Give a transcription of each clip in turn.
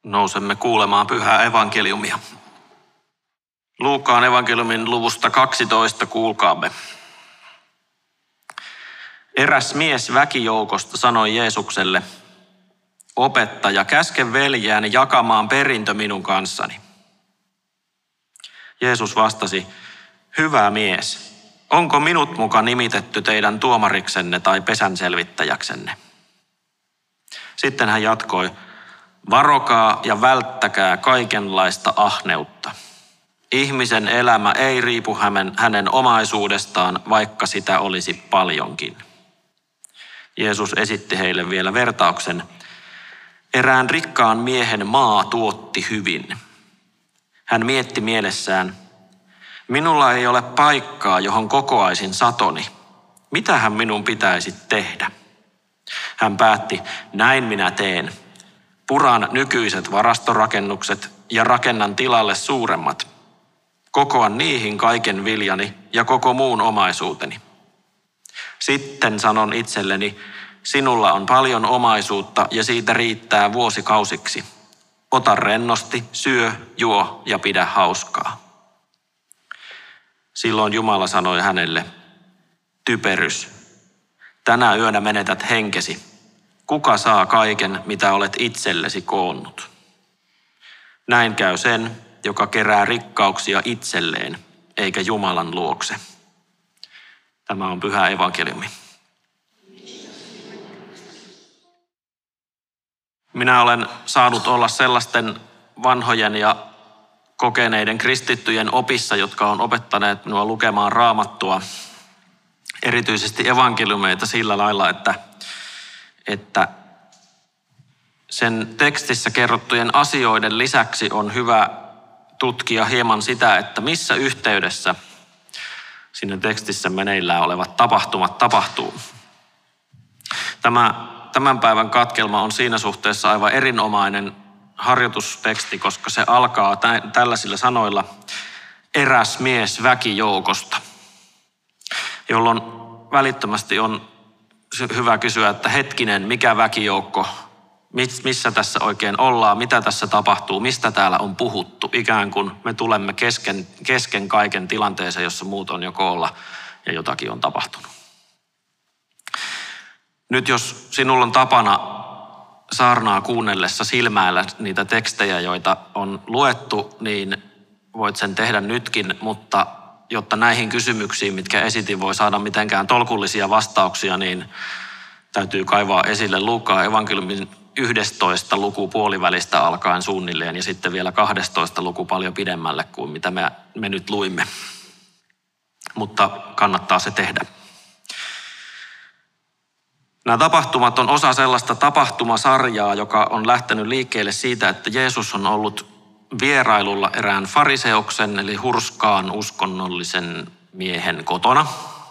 Nousemme kuulemaan pyhää evankeliumia. Luukkaan evankeliumin luvusta 12 kuulkaamme. Eräs mies väkijoukosta sanoi Jeesukselle, opettaja, käske veljääni jakamaan perintö minun kanssani. Jeesus vastasi, hyvä mies, onko minut muka nimitetty teidän tuomariksenne tai pesänselvittäjäksenne? Sitten hän jatkoi, varokaa ja välttäkää kaikenlaista ahneutta. Ihmisen elämä ei riipu hänen omaisuudestaan, vaikka sitä olisi paljonkin. Jeesus esitti heille vielä vertauksen. Erään rikkaan miehen maa tuotti hyvin. Hän mietti mielessään, minulla ei ole paikkaa, johon kokoaisin satoni. Mitähän minun pitäisi tehdä? Hän päätti, näin minä teen. Puran nykyiset varastorakennukset ja rakennan tilalle suuremmat. Kokoan niihin kaiken viljani ja koko muun omaisuuteni. Sitten sanon itselleni, sinulla on paljon omaisuutta ja siitä riittää vuosikausiksi. Ota rennosti, syö, juo ja pidä hauskaa. Silloin Jumala sanoi hänelle, typerys, tänä yönä menetät henkesi. Kuka saa kaiken, mitä olet itsellesi koonnut? Näin käy sen, joka kerää rikkauksia itselleen, eikä Jumalan luokse. Tämä on pyhä evankeliumi. Minä olen saanut olla sellaisten vanhojen ja kokeneiden kristittyjen opissa, jotka on opettaneet minua lukemaan Raamattua, erityisesti evankeliumeita sillä lailla, että sen tekstissä kerrottujen asioiden lisäksi on hyvä tutkia hieman sitä, että missä yhteydessä siinä tekstissä meneillään olevat tapahtumat tapahtuu. Tämän päivän katkelma on siinä suhteessa aivan erinomainen harjoitusteksti, koska se alkaa tällaisilla sanoilla eräs mies väkijoukosta, jolloin välittömästi on hyvä kysyä, että hetkinen, mikä väkijoukko, missä tässä oikein ollaan, mitä tässä tapahtuu, mistä täällä on puhuttu, ikään kuin me tulemme kesken kaiken tilanteeseen, jossa muut on jo koolla ja jotakin on tapahtunut. Nyt jos sinulla on tapana saarnaa kuunnellessa silmäillä niitä tekstejä, joita on luettu, niin voit sen tehdä nytkin, mutta jotta näihin kysymyksiin, mitkä esitin, voi saada mitenkään tolkullisia vastauksia, niin täytyy kaivaa esille Luukkaan evankeliumin 11 luku puolivälistä alkaen suunnilleen ja sitten vielä 12 luku paljon pidemmälle kuin mitä me nyt luimme. Mutta kannattaa se tehdä. Nämä tapahtumat on osa sellaista tapahtumasarjaa, joka on lähtenyt liikkeelle siitä, että Jeesus on ollut vierailulla erään fariseuksen eli hurskaan uskonnollisen miehen kotona.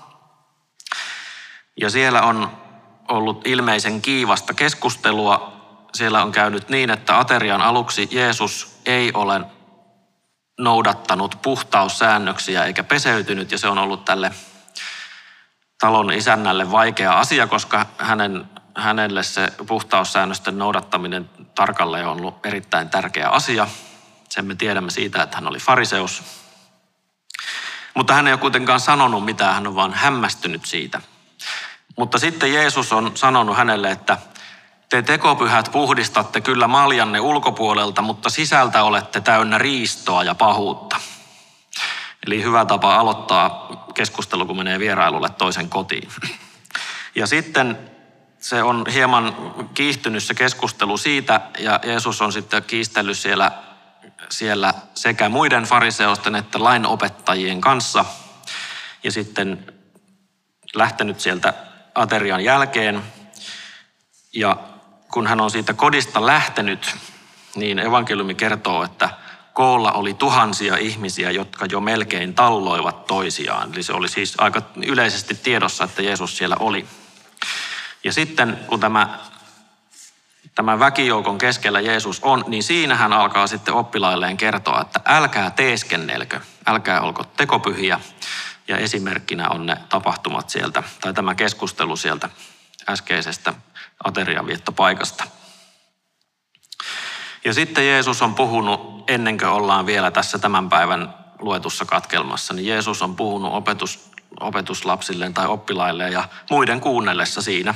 Ja siellä on ollut ilmeisen kiivasta keskustelua. Siellä on käynyt niin, että aterian aluksi Jeesus ei ole noudattanut puhtaussäännöksiä eikä peseytynyt, ja se on ollut tälle talon isännälle vaikea asia, koska hänelle se puhtaussäännösten noudattaminen tarkalleen on ollut erittäin tärkeä asia. Sen me tiedämme siitä, että hän oli fariseus. Mutta hän ei ole kuitenkaan sanonut mitään, hän on vaan hämmästynyt siitä. Mutta sitten Jeesus on sanonut hänelle, että te tekopyhät puhdistatte kyllä maljanne ulkopuolelta, mutta sisältä olette täynnä riistoa ja pahuutta. Eli hyvä tapa aloittaa keskustelu, kun menee vierailulle toisen kotiin. Ja sitten se on hieman kiihtynyt se keskustelu siitä, ja Jeesus on sitten kiistellyt siellä sekä muiden fariseusten että lainopettajien kanssa. Ja sitten lähtenyt sieltä aterian jälkeen. Ja kun hän on siitä kodista lähtenyt, niin evankeliumi kertoo, että koolla oli tuhansia ihmisiä, jotka jo melkein talloivat toisiaan. Eli se oli siis aika yleisesti tiedossa, että Jeesus siellä oli. Ja sitten kun tämä väkijoukon keskellä Jeesus on, niin siinä hän alkaa sitten oppilailleen kertoa, että älkää teeskennelkö, älkää olko tekopyhiä. Ja esimerkkinä on ne tapahtumat sieltä, tai tämä keskustelu sieltä äskeisestä aterianviettopaikasta. Ja sitten Jeesus on puhunut, ennen kuin ollaan vielä tässä tämän päivän luetussa katkelmassa, niin Jeesus on puhunut opetuslapsilleen tai oppilaille ja muiden kuunnellessa siinä,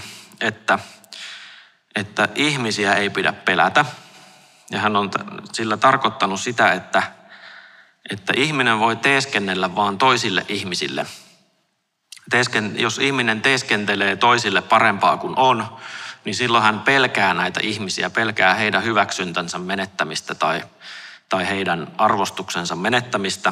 että ihmisiä ei pidä pelätä. Ja hän on sillä tarkoittanut sitä, että ihminen voi teeskennellä vaan toisille ihmisille. Jos ihminen teeskentelee toisille parempaa kuin on, niin silloin hän pelkää näitä ihmisiä, pelkää heidän hyväksyntänsä menettämistä tai heidän arvostuksensa menettämistä.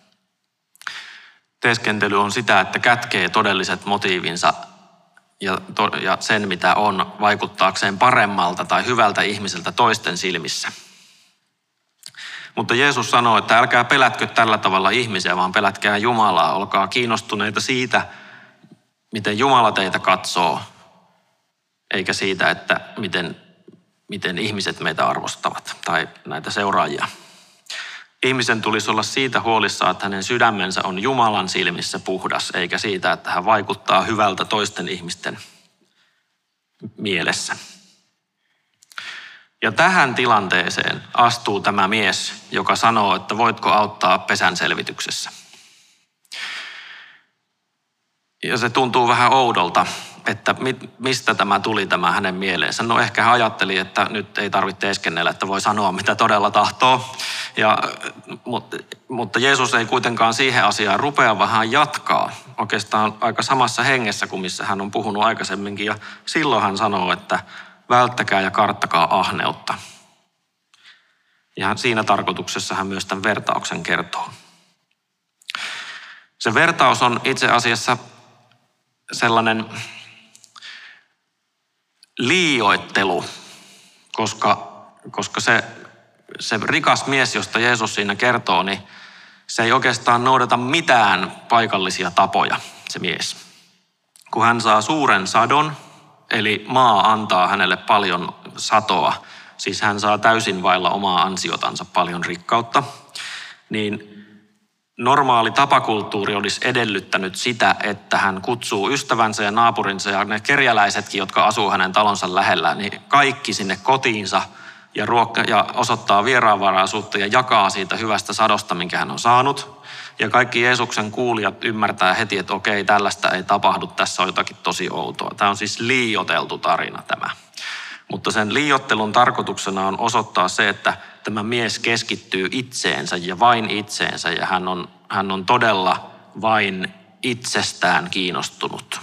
Teeskentely on sitä, että kätkee todelliset motiivinsa ja sen, mitä on, vaikuttaakseen paremmalta tai hyvältä ihmiseltä toisten silmissä. Mutta Jeesus sanoo, että älkää pelätkö tällä tavalla ihmisiä, vaan pelätkää Jumalaa. Olkaa kiinnostuneita siitä, miten Jumala teitä katsoo, eikä siitä, että miten ihmiset meitä arvostavat tai näitä seuraajia. Ihmisen tulisi olla siitä huolissaan, että hänen sydämensä on Jumalan silmissä puhdas, eikä siitä, että hän vaikuttaa hyvältä toisten ihmisten mielessä. Ja tähän tilanteeseen astuu tämä mies, joka sanoo, että voitko auttaa pesän selvityksessä. Ja se tuntuu vähän oudolta, että mistä tämä tuli tämä hänen mieleensä. No ehkä hän ajatteli, että nyt ei tarvitse teeskennellä, että voi sanoa mitä todella tahtoo. Mutta Jeesus ei kuitenkaan siihen asiaan rupea, vaan hän jatkaa oikeastaan aika samassa hengessä kuin missä hän on puhunut aikaisemminkin. Ja silloin hän sanoo, että välttäkää ja karttakaa ahneutta. Ja siinä tarkoituksessa hän myös tämän vertauksen kertoo. Se vertaus on itse asiassa sellainen liioittelu, koska se rikas mies, josta Jeesus siinä kertoo, niin se ei oikeastaan noudata mitään paikallisia tapoja, se mies. Kun hän saa suuren sadon, eli maa antaa hänelle paljon satoa, siis hän saa täysin vailla omaa ansiotansa paljon rikkautta, niin normaali tapakulttuuri olisi edellyttänyt sitä, että hän kutsuu ystävänsä ja naapurinsa ja ne kerjäläisetkin, jotka asuu hänen talonsa lähellä, niin kaikki sinne kotiinsa ja osoittaa vieraanvaraisuutta ja jakaa siitä hyvästä sadosta, minkä hän on saanut. Ja kaikki Jeesuksen kuulijat ymmärtää heti, että okei, tällaista ei tapahdu, tässä on jotakin tosi outoa. Tämä on siis liioiteltu tarina tämä. Mutta sen liioittelun tarkoituksena on osoittaa se, että tämä mies keskittyy itseensä ja vain itseensä ja hän on todella vain itsestään kiinnostunut.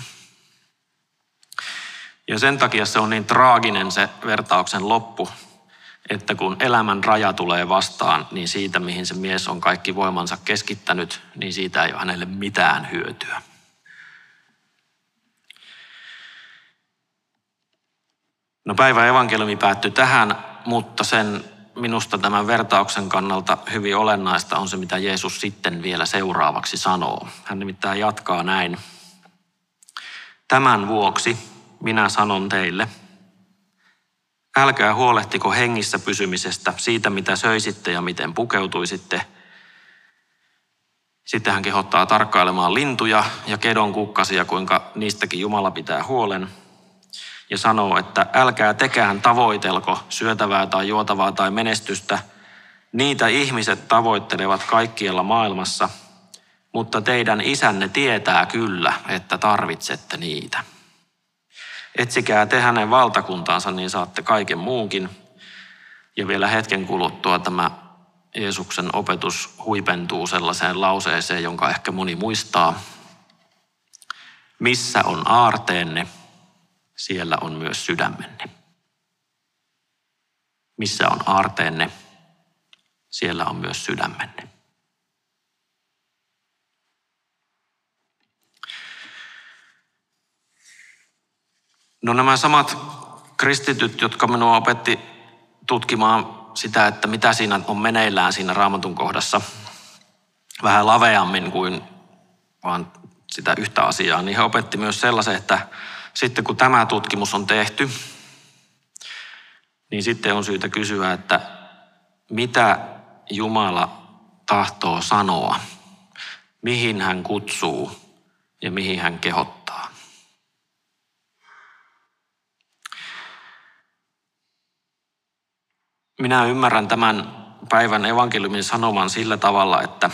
Ja sen takia se on niin traaginen se vertauksen loppu, että kun elämän raja tulee vastaan, niin siitä mihin se mies on kaikki voimansa keskittänyt, niin siitä ei ole hänelle mitään hyötyä. No päivän evankeliumi päättyi tähän, mutta minusta tämän vertauksen kannalta hyvin olennaista on se, mitä Jeesus sitten vielä seuraavaksi sanoo. Hän nimittäin jatkaa näin. Tämän vuoksi minä sanon teille, älkää huolehtiko hengissä pysymisestä, siitä mitä söisitte ja miten pukeutuisitte. Sitten hän kehottaa tarkkailemaan lintuja ja kedon kukkasia, kuinka niistäkin Jumala pitää huolen. Ja sanoo, että älkää tekään tavoitelko syötävää tai juotavaa tai menestystä. Niitä ihmiset tavoittelevat kaikkialla maailmassa, mutta teidän isänne tietää kyllä, että tarvitsette niitä. Etsikää te hänen valtakuntaansa, niin saatte kaiken muunkin. Ja vielä hetken kuluttua tämä Jeesuksen opetus huipentuu sellaiseen lauseeseen, jonka ehkä moni muistaa. Missä on aarteenne, siellä on myös sydämenne. Missä on aarteenne, siellä on myös sydämenne. No nämä samat kristityt, jotka minua opetti tutkimaan sitä, että mitä siinä on meneillään siinä Raamatun kohdassa, vähän laveammin kuin vaan sitä yhtä asiaa, niin he opetti myös sellaisen, että sitten kun tämä tutkimus on tehty, niin sitten on syytä kysyä, että mitä Jumala tahtoo sanoa, mihin hän kutsuu ja mihin hän kehottaa. Minä ymmärrän tämän päivän evankeliumin sanoman sillä tavalla, että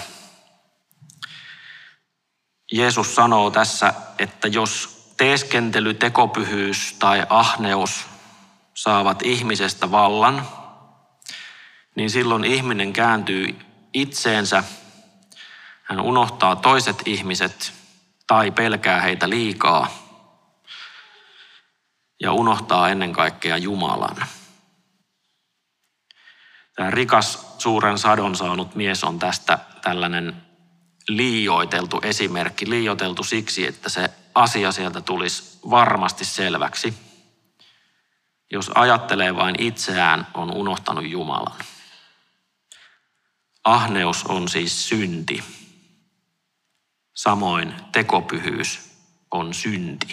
Jeesus sanoo tässä, että jos teeskentely, tekopyhyys tai ahneus saavat ihmisestä vallan, niin silloin ihminen kääntyy itseensä, hän unohtaa toiset ihmiset tai pelkää heitä liikaa ja unohtaa ennen kaikkea Jumalan. Tämä rikas suuren sadon saanut mies on tästä tällainen liioiteltu esimerkki. Liioiteltu siksi, että se asia sieltä tulisi varmasti selväksi. Jos ajattelee vain itseään, on unohtanut Jumalan. Ahneus on siis synti. Samoin tekopyhyys on synti.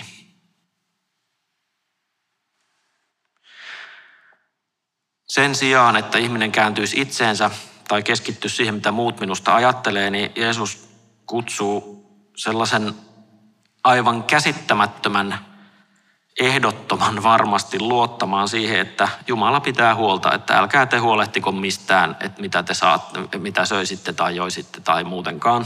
Sen sijaan, että ihminen kääntyisi itseensä tai keskittyisi siihen, mitä muut minusta ajattelee, niin Jeesus kutsuu sellaisen aivan käsittämättömän, ehdottoman varmasti luottamaan siihen, että Jumala pitää huolta, että älkää te huolehtiko mistään, että mitä te saatte, mitä söisitte tai joisitte tai muutenkaan.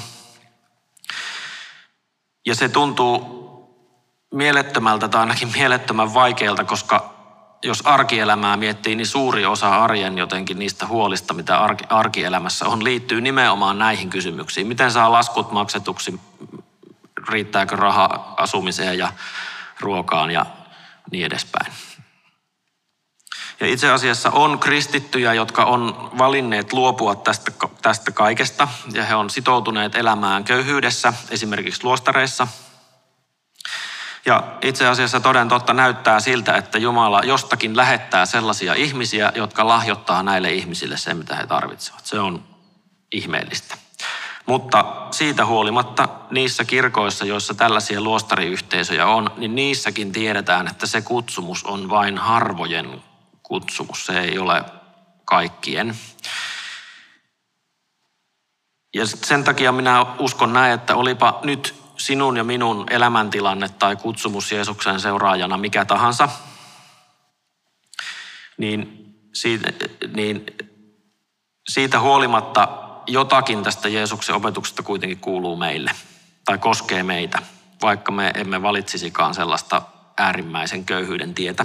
Ja se tuntuu mielettömältä tai ainakin mielettömän vaikealta, koska jos arkielämää miettii, niin suuri osa arjen jotenkin niistä huolista, mitä arkielämässä on, liittyy nimenomaan näihin kysymyksiin. Miten saa laskut maksetuksi, riittääkö raha asumiseen ja ruokaan ja niin edespäin. Ja itse asiassa on kristittyjä, jotka on valinneet luopua tästä kaikesta ja he on sitoutuneet elämään köyhyydessä, esimerkiksi luostareissa. Ja itse asiassa toden totta näyttää siltä, että Jumala jostakin lähettää sellaisia ihmisiä, jotka lahjoittaa näille ihmisille sen, mitä he tarvitsevat. Se on ihmeellistä. Mutta siitä huolimatta niissä kirkoissa, joissa tällaisia luostariyhteisöjä on, niin niissäkin tiedetään, että se kutsumus on vain harvojen kutsumus. Se ei ole kaikkien. Ja sen takia minä uskon näin, että olipa nyt sinun ja minun elämäntilanne tai kutsumus Jeesuksen seuraajana mikä tahansa, niin siitä huolimatta jotakin tästä Jeesuksen opetuksesta kuitenkin kuuluu meille tai koskee meitä, vaikka me emme valitsisikaan sellaista äärimmäisen köyhyyden tietä.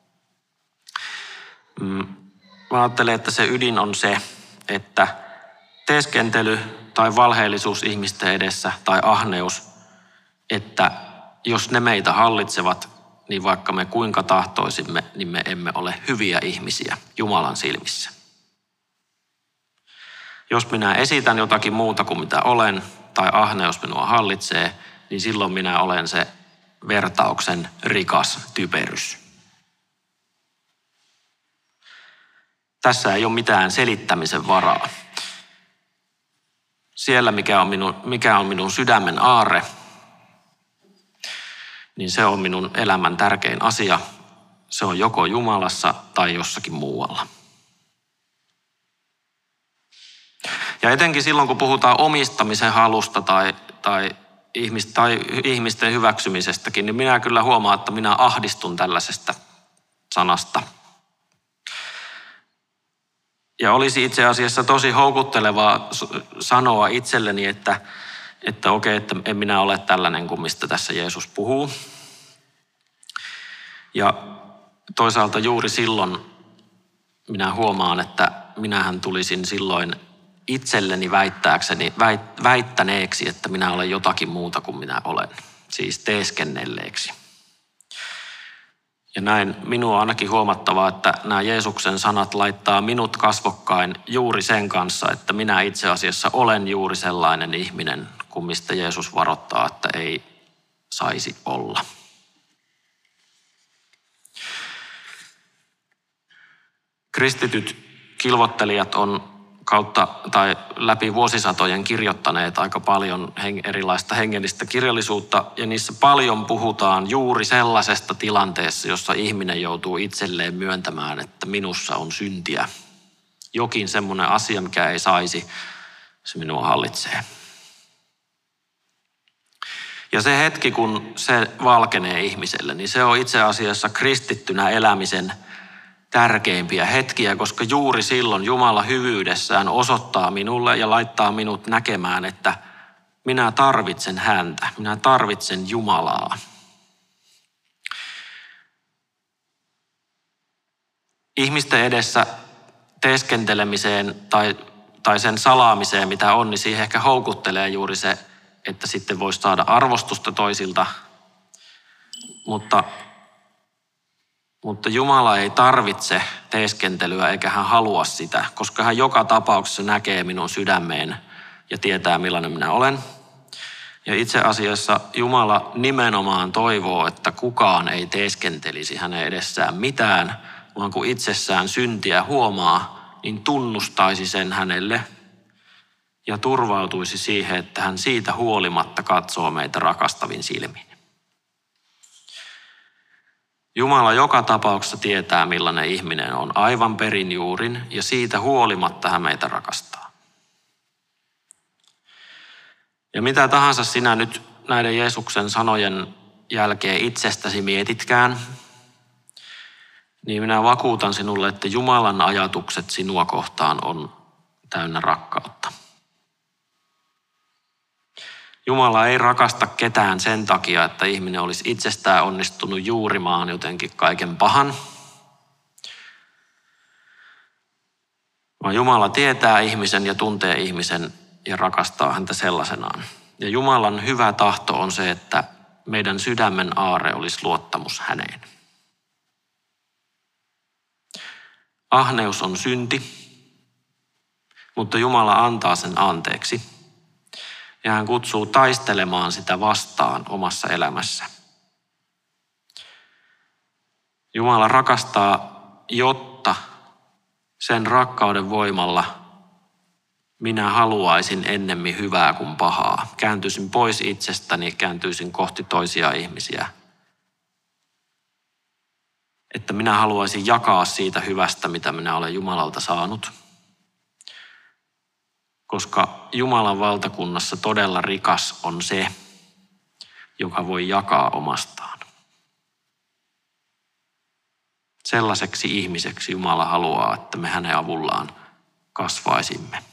Mä ajattelen, että se ydin on se, että teeskentely tai valheellisuus ihmisten edessä tai ahneus, että jos ne meitä hallitsevat, niin vaikka me kuinka tahtoisimme, niin me emme ole hyviä ihmisiä Jumalan silmissä. Jos minä esitän jotakin muuta kuin mitä olen, tai ahneus minua hallitsee, niin silloin minä olen se vertauksen rikas typerys. Tässä ei ole mitään selittämisen varaa. Siellä, mikä on minun sydämen aarre, niin se on minun elämän tärkein asia. Se on joko Jumalassa tai jossakin muualla. Ja etenkin silloin, kun puhutaan omistamisen halusta tai ihmisten hyväksymisestäkin, niin minä kyllä huomaan, että minä ahdistun tällaisesta sanasta. Ja olisi itse asiassa tosi houkuttelevaa sanoa itselleni, että okei, että en minä ole tällainen kuin mistä tässä Jeesus puhuu. Ja toisaalta juuri silloin minä huomaan, että minähän tulisin silloin itselleni väittäneeksi, että minä olen jotakin muuta kuin minä olen. Siis teeskennelleeksi. Ja näin minua on ainakin huomattavaa, että nämä Jeesuksen sanat laittaa minut kasvokkain juuri sen kanssa, että minä itse asiassa olen juuri sellainen ihminen, kuin mistä Jeesus varoittaa, että ei saisi olla. Kristityt kilvoittelijat on kautta tai läpi vuosisatojen kirjoittaneet aika paljon erilaista hengellistä kirjallisuutta, ja niissä paljon puhutaan juuri sellaisesta tilanteessa, jossa ihminen joutuu itselleen myöntämään, että minussa on syntiä. Jokin semmoinen asia, mikä ei saisi, se minua hallitsee. Ja se hetki, kun se valkenee ihmiselle, niin se on itse asiassa kristittynä elämisen tärkeimpiä hetkiä, koska juuri silloin Jumala hyvyydessään osoittaa minulle ja laittaa minut näkemään, että minä tarvitsen häntä, minä tarvitsen Jumalaa. Ihmisten edessä teeskentelemiseen tai sen salaamiseen, mitä on, niin siihen ehkä houkuttelee juuri se, että sitten voisi saada arvostusta toisilta. Mutta Jumala ei tarvitse teeskentelyä eikä hän halua sitä, koska hän joka tapauksessa näkee minun sydämeen ja tietää millainen minä olen. Ja itse asiassa Jumala nimenomaan toivoo, että kukaan ei teeskentelisi hänen edessään mitään, vaan kun itsessään syntiä huomaa, niin tunnustaisi sen hänelle ja turvautuisi siihen, että hän siitä huolimatta katsoo meitä rakastavin silmin. Jumala joka tapauksessa tietää, millainen ihminen on aivan perin juurin ja siitä huolimatta hän meitä rakastaa. Ja mitä tahansa sinä nyt näiden Jeesuksen sanojen jälkeen itsestäsi mietitkään, niin minä vakuutan sinulle, että Jumalan ajatukset sinua kohtaan on täynnä rakkautta. Jumala ei rakasta ketään sen takia, että ihminen olisi itsestään onnistunut juurimaan jotenkin kaiken pahan. Vaan Jumala tietää ihmisen ja tuntee ihmisen ja rakastaa häntä sellaisenaan. Ja Jumalan hyvä tahto on se, että meidän sydämen aarre olisi luottamus häneen. Ahneus on synti, mutta Jumala antaa sen anteeksi. Ja hän kutsuu taistelemaan sitä vastaan omassa elämässä. Jumala rakastaa, jotta sen rakkauden voimalla minä haluaisin ennemmin hyvää kuin pahaa. Kääntyisin pois itsestäni, kääntyisin kohti toisia ihmisiä. Että minä haluaisin jakaa siitä hyvästä, mitä minä olen Jumalalta saanut. Koska Jumalan valtakunnassa todella rikas on se, joka voi jakaa omastaan. Sellaiseksi ihmiseksi Jumala haluaa, että me hänen avullaan kasvaisimme.